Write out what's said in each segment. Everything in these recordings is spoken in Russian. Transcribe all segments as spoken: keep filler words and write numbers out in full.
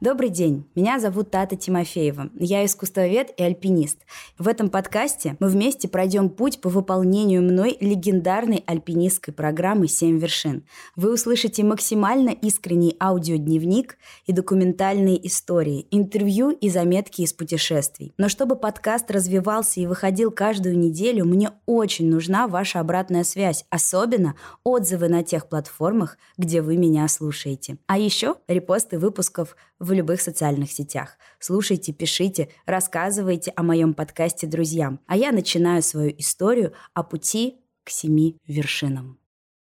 Добрый день, меня зовут Тата Тимофеева. Я искусствовед и альпинист. В этом подкасте мы вместе пройдем путь по выполнению мной легендарной альпинистской программы «Семь вершин». Вы услышите максимально искренний аудиодневник и документальные истории, интервью и заметки из путешествий. Но чтобы подкаст развивался и выходил каждую неделю, мне очень нужна ваша обратная связь, особенно отзывы на тех платформах, где вы меня слушаете. А еще репосты выпусков в любых социальных сетях. Слушайте, пишите, рассказывайте о моем подкасте друзьям. А я начинаю свою историю о пути к семи вершинам.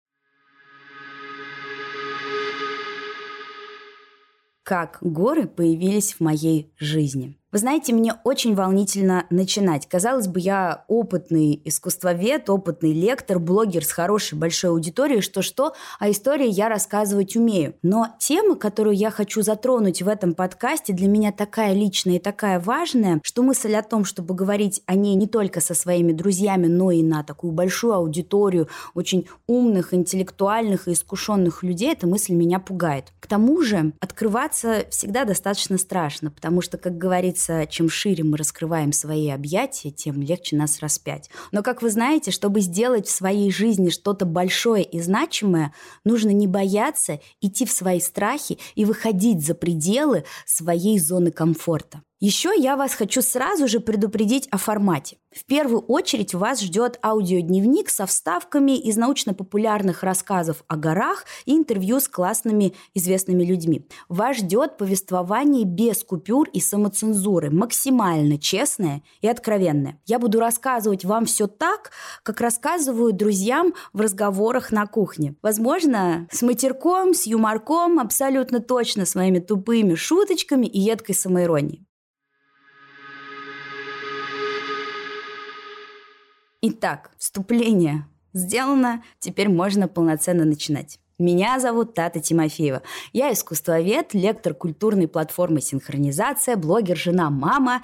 Как горы появились в моей жизни? Вы знаете, мне очень волнительно начинать. Казалось бы, я опытный искусствовед, опытный лектор, блогер с хорошей большой аудиторией, что-что, а истории я рассказывать умею. Но тема, которую я хочу затронуть в этом подкасте, для меня такая личная и такая важная, что мысль о том, чтобы говорить о ней не только со своими друзьями, но и на такую большую аудиторию очень умных, интеллектуальных и искушенных людей, эта мысль меня пугает. К тому же открываться всегда достаточно страшно, потому что, как говорится, чем шире мы раскрываем свои объятия, тем легче нас распять. Но, как вы знаете, чтобы сделать в своей жизни что-то большое и значимое, нужно не бояться идти в свои страхи и выходить за пределы своей зоны комфорта. Еще я вас хочу сразу же предупредить о формате. В первую очередь вас ждет аудиодневник со вставками из научно-популярных рассказов о горах и интервью с классными известными людьми. Вас ждет повествование без купюр и самоцензуры, максимально честное и откровенное. Я буду рассказывать вам все так, как рассказываю друзьям в разговорах на кухне. Возможно, с матерком, с юморком, абсолютно точно с моими тупыми шуточками и едкой самоиронией. Итак, вступление сделано, теперь можно полноценно начинать. Меня зовут Тата Тимофеева. Я искусствовед, лектор культурной платформы «Синхронизация», блогер, жена, мама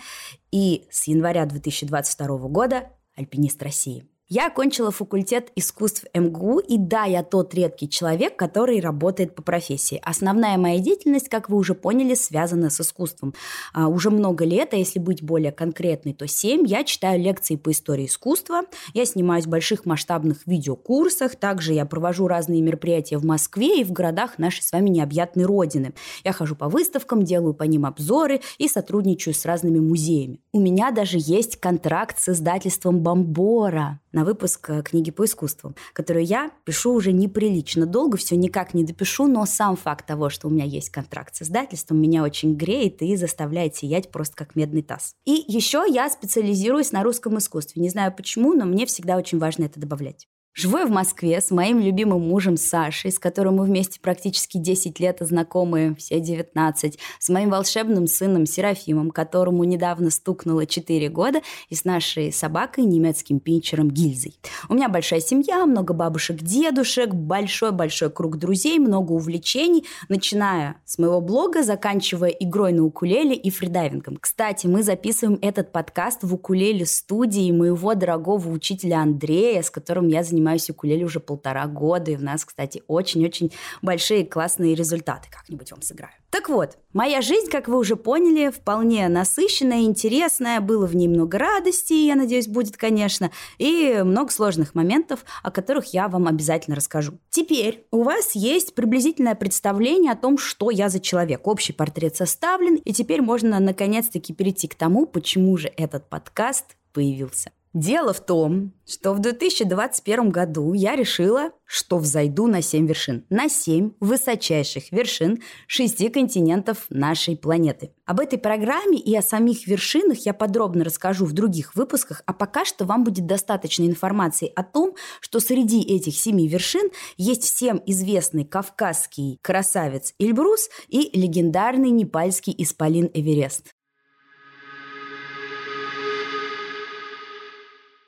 и с января две тысячи двадцать второго года альпинист России. Я окончила факультет искусств эм гэ у, и да, я тот редкий человек, который работает по профессии. Основная моя деятельность, как вы уже поняли, связана с искусством. А, уже много лет, а если быть более конкретной, то семь, я читаю лекции по истории искусства, я снимаюсь в больших масштабных видеокурсах, также я провожу разные мероприятия в Москве и в городах нашей с вами необъятной родины. Я хожу по выставкам, делаю по ним обзоры и сотрудничаю с разными музеями. У меня даже есть контракт с издательством «Бомбора» на выпуск книги по искусству, которую я пишу уже неприлично долго, все никак не допишу, но сам факт того, что у меня есть контракт с издательством, меня очень греет и заставляет сиять просто как медный таз. И еще я специализируюсь на русском искусстве. Не знаю почему, но мне всегда очень важно это добавлять. Живу я в Москве с моим любимым мужем Сашей, с которым мы вместе практически десять лет, а знакомы все девятнадцать, с моим волшебным сыном Серафимом, которому недавно стукнуло четыре года, и с нашей собакой, немецким пинчером Гильзой. У меня большая семья, много бабушек, дедушек, большой-большой круг друзей, много увлечений, начиная с моего блога, заканчивая игрой на укулеле и фридайвингом. Кстати, мы записываем этот подкаст в укулеле-студии моего дорогого учителя Андрея, с которым я занимаюсь Занимаюсь укулеле уже полтора года, и у нас, кстати, очень-очень большие классные результаты. Как-нибудь вам сыграю. Так вот, моя жизнь, как вы уже поняли, вполне насыщенная, интересная. Было в ней много радости, я надеюсь, будет, конечно, и много сложных моментов, о которых я вам обязательно расскажу. Теперь у вас есть приблизительное представление о том, что я за человек. Общий портрет составлен, и теперь можно наконец-таки перейти к тому, почему же этот подкаст появился. Дело в том, что в две тысячи двадцать первом году я решила, что взойду на семь вершин. На семь высочайших вершин шести континентов нашей планеты. Об этой программе и о самих вершинах я подробно расскажу в других выпусках, а пока что вам будет достаточно информации о том, что среди этих семи вершин есть всем известный кавказский красавец Эльбрус и легендарный непальский исполин Эверест.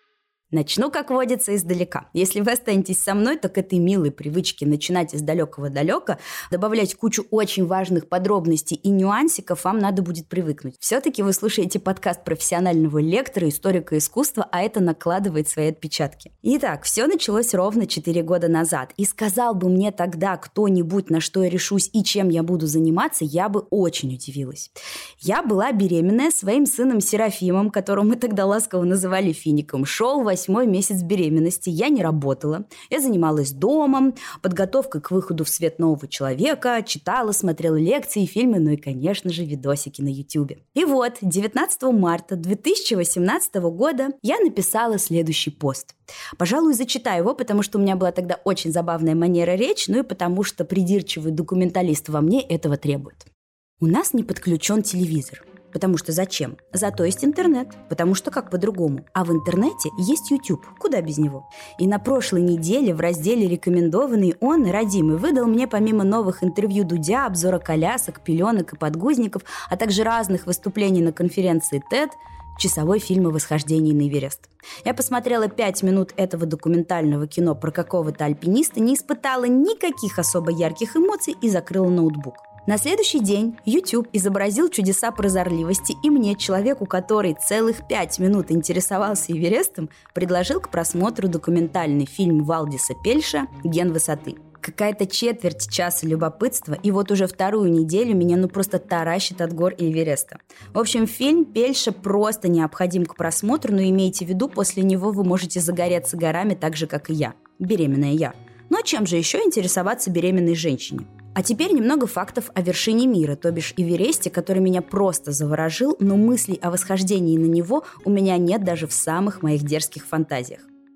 Начну, как водится, издалека. Если вы останетесь со мной, то к этой милой привычке начинать из далекого-далека, добавлять кучу очень важных подробностей и нюансиков вам надо будет привыкнуть. Все-таки вы слушаете подкаст профессионального лектора, историка искусства, а это накладывает свои отпечатки. Итак, все началось ровно четыре года назад. И сказал бы мне тогда кто-нибудь, на что я решусь и чем я буду заниматься, я бы очень удивилась. Я была беременная своим сыном Серафимом, которого мы тогда ласково называли Фиником. Шел восьмой месяц беременности, я не работала. Я занималась домом, подготовкой к выходу в свет нового человека, читала, смотрела лекции, фильмы, ну и, конечно же, видосики на YouTube. И вот, девятнадцатого марта две тысячи восемнадцатого года я написала следующий пост. Пожалуй, зачитаю его, потому что у меня была тогда очень забавная манера речи, ну и потому что придирчивый документалист во мне этого требует. У нас не подключен телевизор. Потому что зачем? Зато есть интернет. Потому что как по-другому? А в интернете есть YouTube. Куда без него? И на прошлой неделе в разделе «Рекомендованный» он, родимый, выдал мне помимо новых интервью Дудя, обзора колясок, пеленок и подгузников, а также разных выступлений на конференции TED, часовой фильм о восхождении на Эверест. Я посмотрела пять минут этого документального кино про какого-то альпиниста, не испытала никаких особо ярких эмоций и закрыла ноутбук. На следующий день YouTube изобразил чудеса прозорливости, и мне, человеку, который целых пять минут интересовался Эверестом, предложил к просмотру документальный фильм Валдиса Пельша «Ген высоты». Какая-то четверть часа любопытства, и вот уже вторую неделю меня ну просто таращит от гор и Эвереста. В общем, фильм Пельша просто необходим к просмотру, но имейте в виду, после него вы можете загореться горами так же, как и я, беременная я. Ну а чем же еще интересоваться беременной женщине? А теперь немного фактов о вершине мира, то бишь Эвересте, который меня просто заворожил, но мыслей о восхождении на него у меня нет даже в самых моих дерзких фантазиях.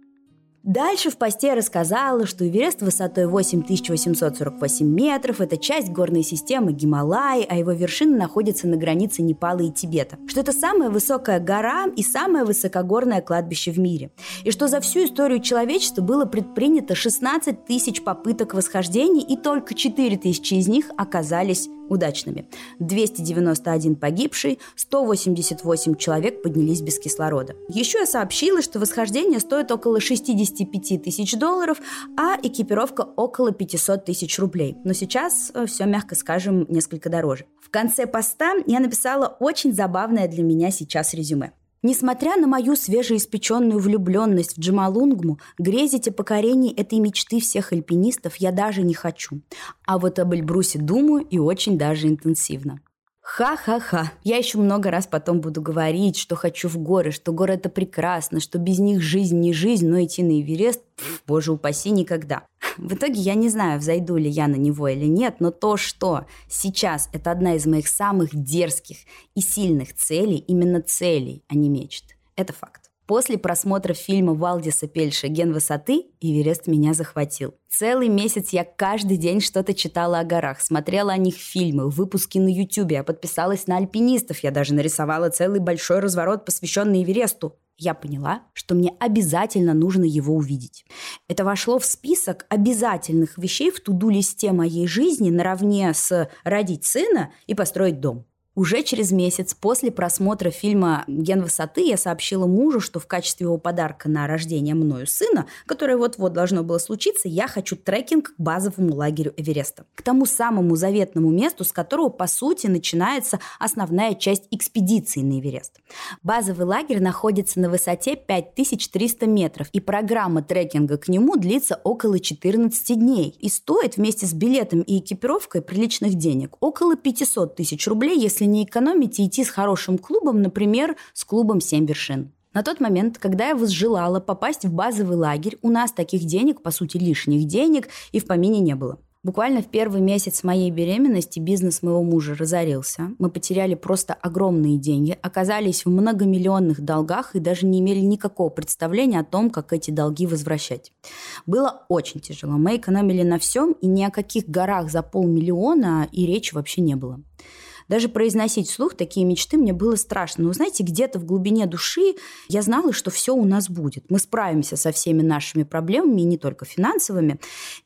Дальше в посте я рассказала, что Эверест высотой восемь тысяч восемьсот сорок восемь метров – это часть горной системы Гималаи, а его вершина находится на границе Непала и Тибета. Что это самая высокая гора и самое высокогорное кладбище в мире. И что за всю историю человечества было предпринято шестнадцать тысяч попыток восхождения, и только четыре тысячи из них оказались удачными. двести девяносто один погибший, сто восемьдесят восемь человек поднялись без кислорода. Еще я сообщила, что восхождение стоит около шестьдесят пять тысяч долларов, а экипировка около пятьсот тысяч рублей. Но сейчас все, мягко скажем, несколько дороже. В конце поста я написала очень забавное для меня сейчас резюме. Несмотря на мою свежеиспеченную влюбленность в Джомолунгму, грезить о покорении этой мечты всех альпинистов я даже не хочу. А вот об Эльбрусе думаю и очень даже интенсивно. Ха-ха-ха. Я еще много раз потом буду говорить, что хочу в горы, что горы – это прекрасно, что без них жизнь не жизнь, но идти на Эверест, пф, боже упаси, никогда. В итоге я не знаю, взойду ли я на него или нет, но то, что сейчас это одна из моих самых дерзких и сильных целей, именно целей, а не мечт, это факт. После просмотра фильма Валдиса Пельша «Ген высоты» Эверест меня захватил. Целый месяц я каждый день что-то читала о горах, смотрела о них фильмы, выпуски на YouTube, я подписалась на альпинистов, я даже нарисовала целый большой разворот, посвященный Эвересту. Я поняла, что мне обязательно нужно его увидеть. Это вошло в список обязательных вещей в туду-листе моей жизни наравне с родить сына и построить дом. Уже через месяц после просмотра фильма «Ген высоты» я сообщила мужу, что в качестве его подарка на рождение мною сына, которое вот-вот должно было случиться, я хочу трекинг к базовому лагерю Эвереста. К тому самому заветному месту, с которого, по сути, начинается основная часть экспедиции на Эверест. Базовый лагерь находится на высоте пять тысяч триста метров, и программа трекинга к нему длится около четырнадцать дней и стоит вместе с билетом и экипировкой приличных денег около пятьсот тысяч рублей, если не экономить и идти с хорошим клубом, например, с клубом «Семь вершин». На тот момент, когда я возжелала попасть в базовый лагерь, у нас таких денег, по сути, лишних денег, и в помине не было. Буквально в первый месяц моей беременности бизнес моего мужа разорился. Мы потеряли просто огромные деньги, оказались в многомиллионных долгах и даже не имели никакого представления о том, как эти долги возвращать. Было очень тяжело. Мы экономили на всем, и ни о каких горах за полмиллиона и речи вообще не было. Даже произносить вслух такие мечты мне было страшно. Но, знаете, где-то в глубине души я знала, что все у нас будет. Мы справимся со всеми нашими проблемами, и не только финансовыми.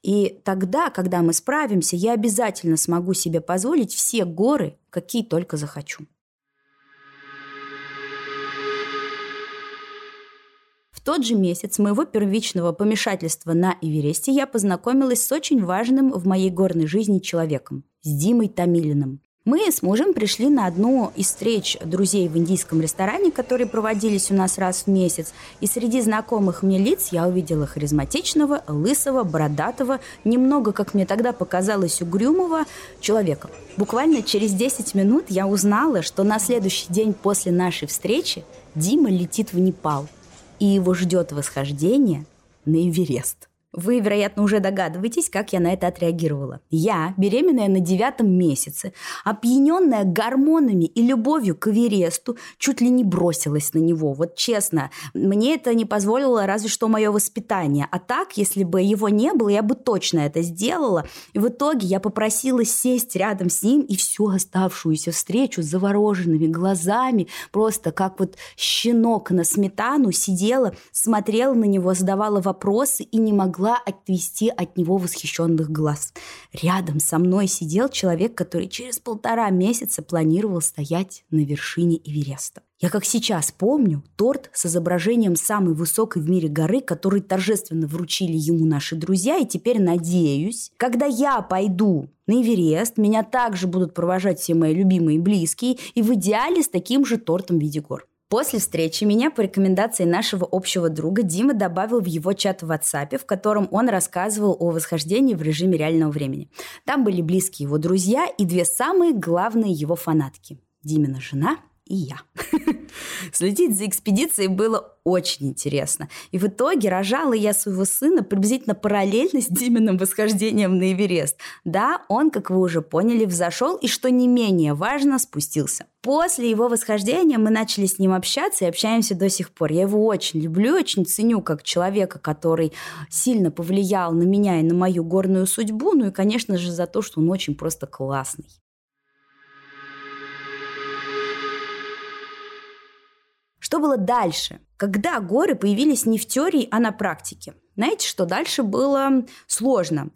И тогда, когда мы справимся, я обязательно смогу себе позволить все горы, какие только захочу. В тот же месяц моего первичного помешательства на Эвересте я познакомилась с очень важным в моей горной жизни человеком, с Димой Томилиным. Мы с мужем пришли на одну из встреч друзей в индийском ресторане, которые проводились у нас раз в месяц, и среди знакомых мне лиц я увидела харизматичного, лысого, бородатого, немного, как мне тогда показалось, угрюмого человека. Буквально через десять минут я узнала, что на следующий день после нашей встречи Дима летит в Непал, и его ждет восхождение на Эверест. Вы, вероятно, уже догадываетесь, как я на это отреагировала. Я, беременная на девятом месяце, опьяненная гормонами и любовью к Эвересту, чуть ли не бросилась на него. Вот честно, мне это не позволило разве что мое воспитание. А так, если бы его не было, я бы точно это сделала. И в итоге я попросила сесть рядом с ним и всю оставшуюся встречу с завороженными глазами, просто как вот щенок на сметану, сидела, смотрела на него, задавала вопросы и не могла отвести от него восхищенных глаз. Рядом со мной сидел человек, который через полтора месяца планировал стоять на вершине Эвереста. Я как сейчас помню торт с изображением самой высокой в мире горы, который торжественно вручили ему наши друзья, и теперь надеюсь, когда я пойду на Эверест, меня также будут провожать все мои любимые и близкие, и в идеале с таким же тортом в виде гор. После встречи меня по рекомендации нашего общего друга Дима добавил в его чат в WhatsApp, в котором он рассказывал о восхождении в режиме реального времени. Там были близкие его друзья и две самые главные его фанатки – Димина жена и я. Следить за экспедицией было очень интересно. И в итоге рожала я своего сына приблизительно параллельно с Диминым восхождением на Эверест. Да, он, как вы уже поняли, взошел и, что не менее важно, спустился. После его восхождения мы начали с ним общаться и общаемся до сих пор. Я его очень люблю, очень ценю как человека, который сильно повлиял на меня и на мою горную судьбу. Ну и, конечно же, за то, что он очень просто классный. Что было дальше? Когда горы появились не в теории, а на практике. Знаете, что дальше было сложно?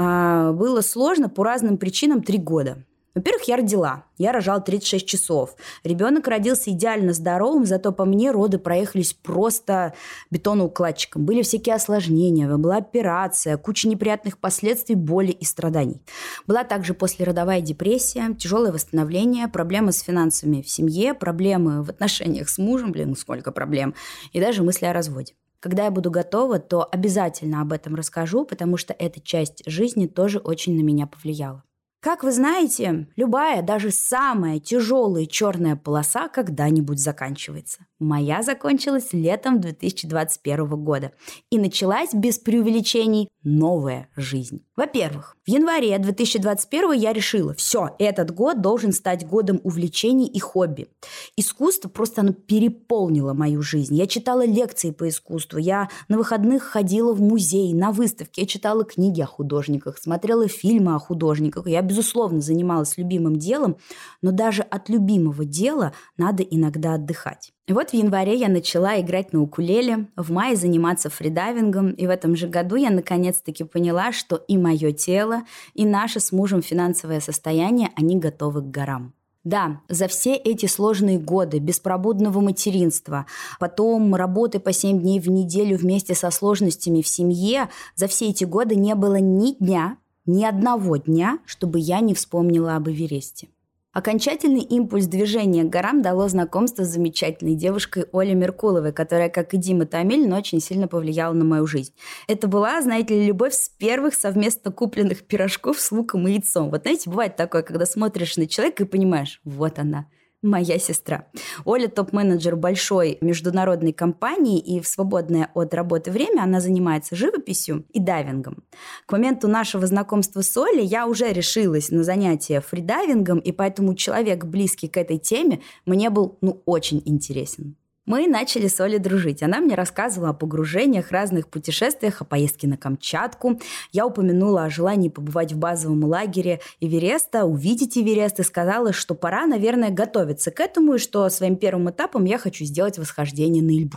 А, было сложно по разным причинам три года. Во-первых, я родила. Я рожала тридцать шесть часов. Ребенок родился идеально здоровым, зато по мне роды проехались просто бетоноукладчиком. Были всякие осложнения, была операция, куча неприятных последствий, боли и страданий. Была также послеродовая депрессия, тяжелое восстановление, проблемы с финансами в семье, проблемы в отношениях с мужем, блин, сколько проблем, и даже мысли о разводе. Когда я буду готова, то обязательно об этом расскажу, потому что эта часть жизни тоже очень на меня повлияла. Как вы знаете, любая, даже самая тяжелая черная полоса когда-нибудь заканчивается. Моя закончилась летом две тысячи двадцать первого года. И началась без преувеличений новая жизнь. Во-первых, в январе две тысячи двадцать первого я решила, все, этот год должен стать годом увлечений и хобби. Искусство просто оно переполнило мою жизнь. Я читала лекции по искусству, я на выходных ходила в музей, на выставки, я читала книги о художниках, смотрела фильмы о художниках. Я, безусловно, занималась любимым делом, но даже от любимого дела надо иногда отдыхать. И вот в январе я начала играть на укулеле, в мае заниматься фридайвингом, и в этом же году я наконец-таки поняла, что и мое тело, и наше с мужем финансовое состояние, они готовы к горам. Да, за все эти сложные годы беспробудного материнства, потом работы по семь дней в неделю вместе со сложностями в семье, за все эти годы не было ни дня, ни одного дня, чтобы я не вспомнила об Эвересте. Окончательный импульс движения к горам дало знакомство с замечательной девушкой Олей Меркуловой, которая, как и Дима Томилин, очень сильно повлияла на мою жизнь. Это была, знаете ли, любовь с первых совместно купленных пирожков с луком и яйцом. Вот знаете, бывает такое, когда смотришь на человека и понимаешь, вот она, моя сестра. Оля топ-менеджер большой международной компании, и в свободное от работы время она занимается живописью и дайвингом. К моменту нашего знакомства с Олей я уже решилась на занятия фридайвингом, и поэтому человек, близкий к этой теме, мне был ну, очень интересен. Мы начали с Олей дружить. Она мне рассказывала о погружениях, разных путешествиях, о поездке на Камчатку. Я упомянула о желании побывать в базовом лагере Эвереста, увидеть Эверест, и сказала, что пора, наверное, готовиться к этому, и что своим первым этапом я хочу сделать восхождение на Эльбрус.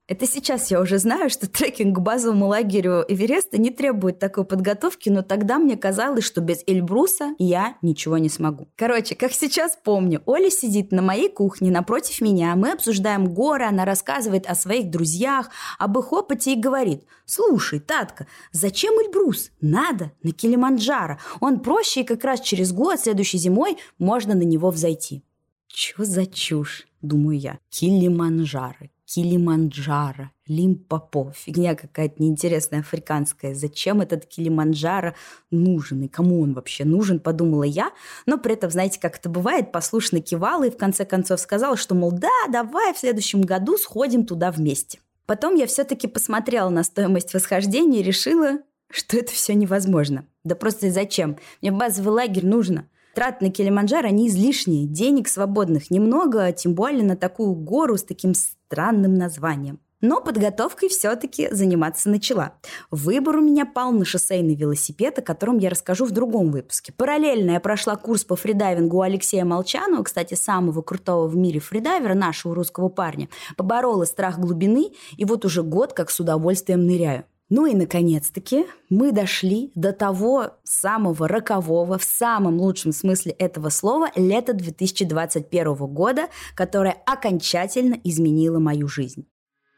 Это сейчас я уже знаю, что трекинг к базовому лагерю Эвереста не требует такой подготовки, но тогда мне казалось, что без Эльбруса я ничего не смогу. Короче, как сейчас помню, Оля сидит на моей кухне напротив меня, мы обсуждаем горы, она рассказывает о своих друзьях, об их опыте и говорит: «Слушай, Татка, зачем Эльбрус? Надо на Килиманджаро. Он проще, и как раз через год, следующей зимой, можно на него взойти». Чё за чушь, думаю я. Килиманджаро. Килиманджаро, Лимпопо, фигня какая-то неинтересная африканская. Зачем этот Килиманджаро нужен и кому он вообще нужен, подумала я. Но при этом, знаете, как это бывает, послушно кивала и в конце концов сказала, что, мол, да, давай в следующем году сходим туда вместе. Потом я все-таки посмотрела на стоимость восхождения и решила, что это все невозможно. Да просто зачем? Мне базовый лагерь нужно. Траты на Килиманджаро, они излишние, денег свободных немного, тем более на такую гору с таким странным названием. Но подготовкой все-таки заниматься начала. Выбор у меня пал на шоссейный велосипед, о котором я расскажу в другом выпуске. Параллельно я прошла курс по фридайвингу у Алексея Молчанова, кстати, самого крутого в мире фридайвера, нашего русского парня. Поборола страх глубины, и вот уже год как с удовольствием ныряю. Ну и, наконец-таки, мы дошли до того самого рокового, в самом лучшем смысле этого слова, лета две тысячи двадцать первого года, которое окончательно изменило мою жизнь.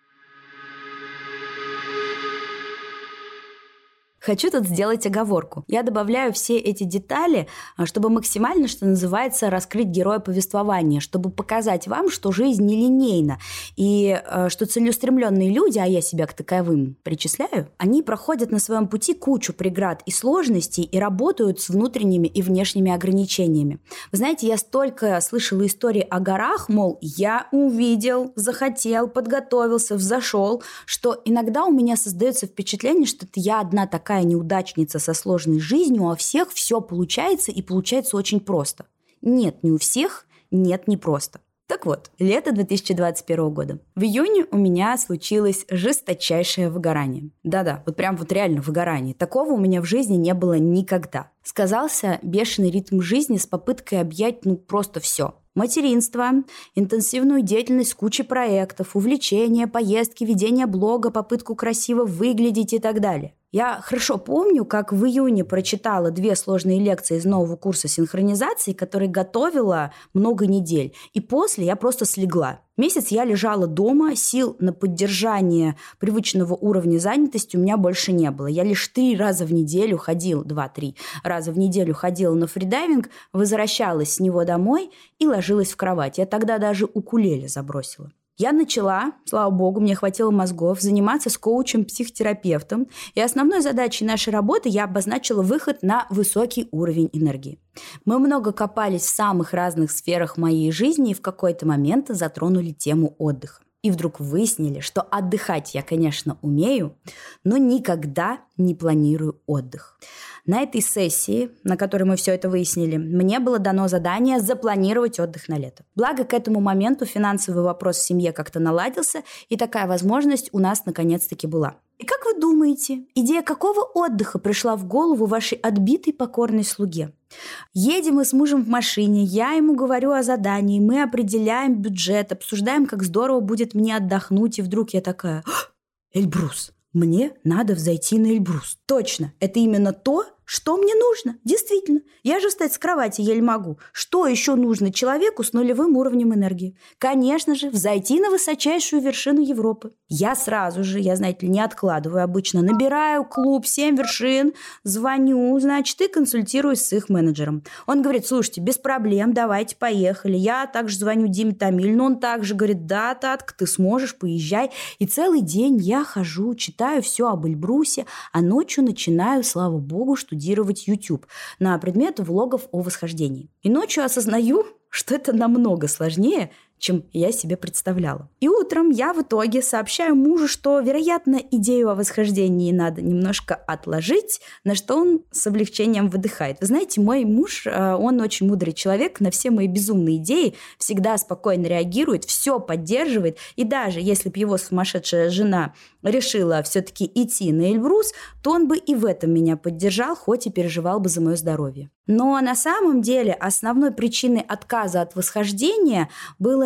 Хочу тут сделать оговорку. Я добавляю все эти детали, чтобы максимально, что называется, раскрыть героя повествования, чтобы показать вам, что жизнь нелинейна, и что целеустремленные люди, а я себя к таковым причисляю, они проходят на своем пути кучу преград и сложностей и работают с внутренними и внешними ограничениями. Вы знаете, я столько слышала историй о горах, мол, я увидел, захотел, подготовился, взошел, что иногда у меня создается впечатление, что это я одна такая неудачница со сложной жизнью, а у всех все получается и получается очень просто. Нет, не у всех, нет, не просто. Так вот, лето две тысячи двадцать первого года. В июне у меня случилось жесточайшее выгорание. Да-да, вот прям вот реально выгорание. Такого у меня в жизни не было никогда. Сказался бешеный ритм жизни с попыткой объять ну просто все. Материнство, интенсивную деятельность с кучей проектов, увлечения, поездки, ведение блога, попытку красиво выглядеть и так далее. Я хорошо помню, как в июне прочитала две сложные лекции из нового курса синхронизации, который готовила много недель. И после я просто слегла. Месяц я лежала дома, сил на поддержание привычного уровня занятости у меня больше не было. Я лишь три раза в неделю ходила, два-три раза в неделю ходила на фридайвинг, возвращалась с него домой и ложилась в кровать. Я тогда даже укулеле забросила. Я начала, слава богу, мне хватило мозгов, заниматься с коучем-психотерапевтом. И основной задачей нашей работы я обозначила выход на высокий уровень энергии. Мы много копались в самых разных сферах моей жизни и в какой-то момент затронули тему отдыха. И вдруг выяснили, что отдыхать я, конечно, умею, но никогда не планирую отдых. На этой сессии, на которой мы все это выяснили, мне было дано задание запланировать отдых на лето. Благо, к этому моменту финансовый вопрос в семье как-то наладился, и такая возможность у нас наконец-таки была. И как вы думаете, идея какого отдыха пришла в голову вашей отбитой покорной слуге? Едем мы с мужем в машине, я ему говорю о задании, мы определяем бюджет, обсуждаем, как здорово будет мне отдохнуть, и вдруг я такая: Эльбрус, мне надо взойти на Эльбрус. Точно, это именно то, что мне нужно. Действительно, я же встать с кровати еле могу. Что еще нужно человеку с нулевым уровнем энергии? Конечно же, взойти на высочайшую вершину Европы. Я сразу же, я, знаете ли, не откладываю обычно, набираю клуб «семь вершин», звоню, значит, и консультируюсь с их менеджером. Он говорит: слушайте, без проблем, давайте, поехали. Я также звоню Диме Томилину, он также говорит: да, Татка, ты сможешь, поезжай. И целый день я хожу, читаю все об Эльбрусе, а ночью начинаю, слава богу, что YouTube на предмет влогов о восхождении. И ночью осознаю, что это намного сложнее, чем я себе представляла. И утром я в итоге сообщаю мужу, что, вероятно, идею о восхождении надо немножко отложить, на что он с облегчением выдыхает. Вы знаете, мой муж, он очень мудрый человек, на все мои безумные идеи всегда спокойно реагирует, все поддерживает, и даже если бы его сумасшедшая жена решила все-таки идти на Эльбрус, то он бы и в этом меня поддержал, хоть и переживал бы за мое здоровье. Но на самом деле основной причиной отказа от восхождения было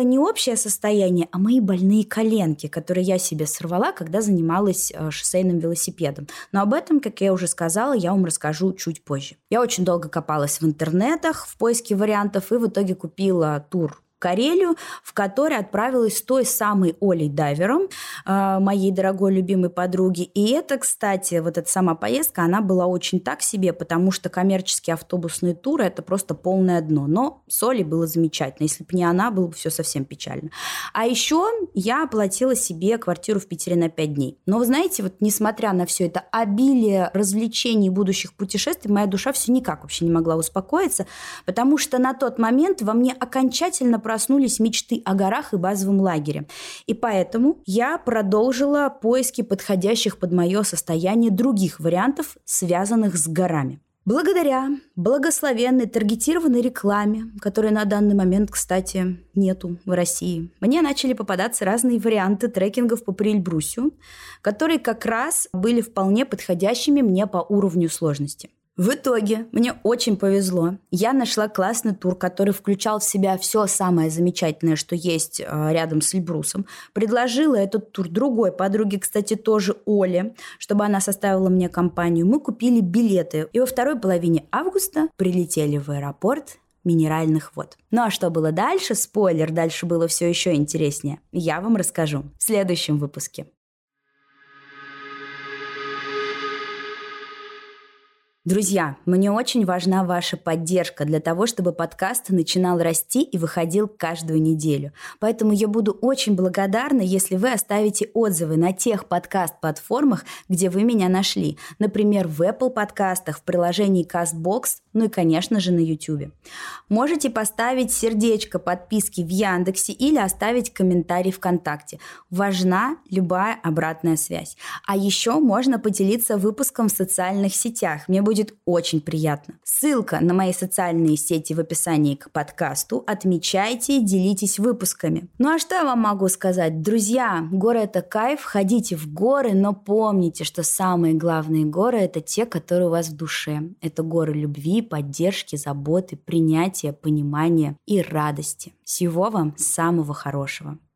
было не общее состояние, а мои больные коленки, которые я себе сорвала, когда занималась шоссейным велосипедом. Но об этом, как я уже сказала, я вам расскажу чуть позже. Я очень долго копалась в интернетах в поиске вариантов и в итоге купила тур Карелию, в которой отправилась с той самой Олей Дайвером, моей дорогой любимой подруги. И это, кстати, вот эта сама поездка, она была очень так себе, потому что коммерческие автобусные туры – это просто полное дно. Но с Олей было замечательно. Если бы не она, было бы все совсем печально. А еще я оплатила себе квартиру в Питере на пять дней. Но вы знаете, вот несмотря на все это обилие развлечений будущих путешествий, моя душа все никак вообще не могла успокоиться, потому что на тот момент во мне окончательно проснулись мечты о горах и базовом лагере. И поэтому я продолжила поиски подходящих под мое состояние других вариантов, связанных с горами. Благодаря благословенной таргетированной рекламе, которой на данный момент, кстати, нету в России, мне начали попадаться разные варианты трекингов по Приэльбрусью, которые как раз были вполне подходящими мне по уровню сложности. В итоге мне очень повезло. Я нашла классный тур, который включал в себя все самое замечательное, что есть рядом с Эльбрусом. Предложила этот тур другой подруге, кстати, тоже Оле, чтобы она составила мне компанию. Мы купили билеты. И во второй половине августа прилетели в аэропорт Минеральных вод. Ну а что было дальше? Спойлер, дальше было все еще интереснее. Я вам расскажу в следующем выпуске. Друзья, мне очень важна ваша поддержка для того, чтобы подкаст начинал расти и выходил каждую неделю. Поэтому я буду очень благодарна, если вы оставите отзывы на тех подкаст-платформах, где вы меня нашли. Например, в Apple подкастах, в приложении CastBox, ну и, конечно же, на YouTube. Можете поставить сердечко подписки в Яндексе или оставить комментарий ВКонтакте. Важна любая обратная связь. А еще можно поделиться выпуском в социальных сетях. Мне будет будет очень приятно. Ссылка на мои социальные сети в описании к подкасту. Отмечайте, делитесь выпусками. Ну а что я вам могу сказать? Друзья, горы – это кайф, ходите в горы, но помните, что самые главные горы – это те, которые у вас в душе. Это горы любви, поддержки, заботы, принятия, понимания и радости. Всего вам самого хорошего.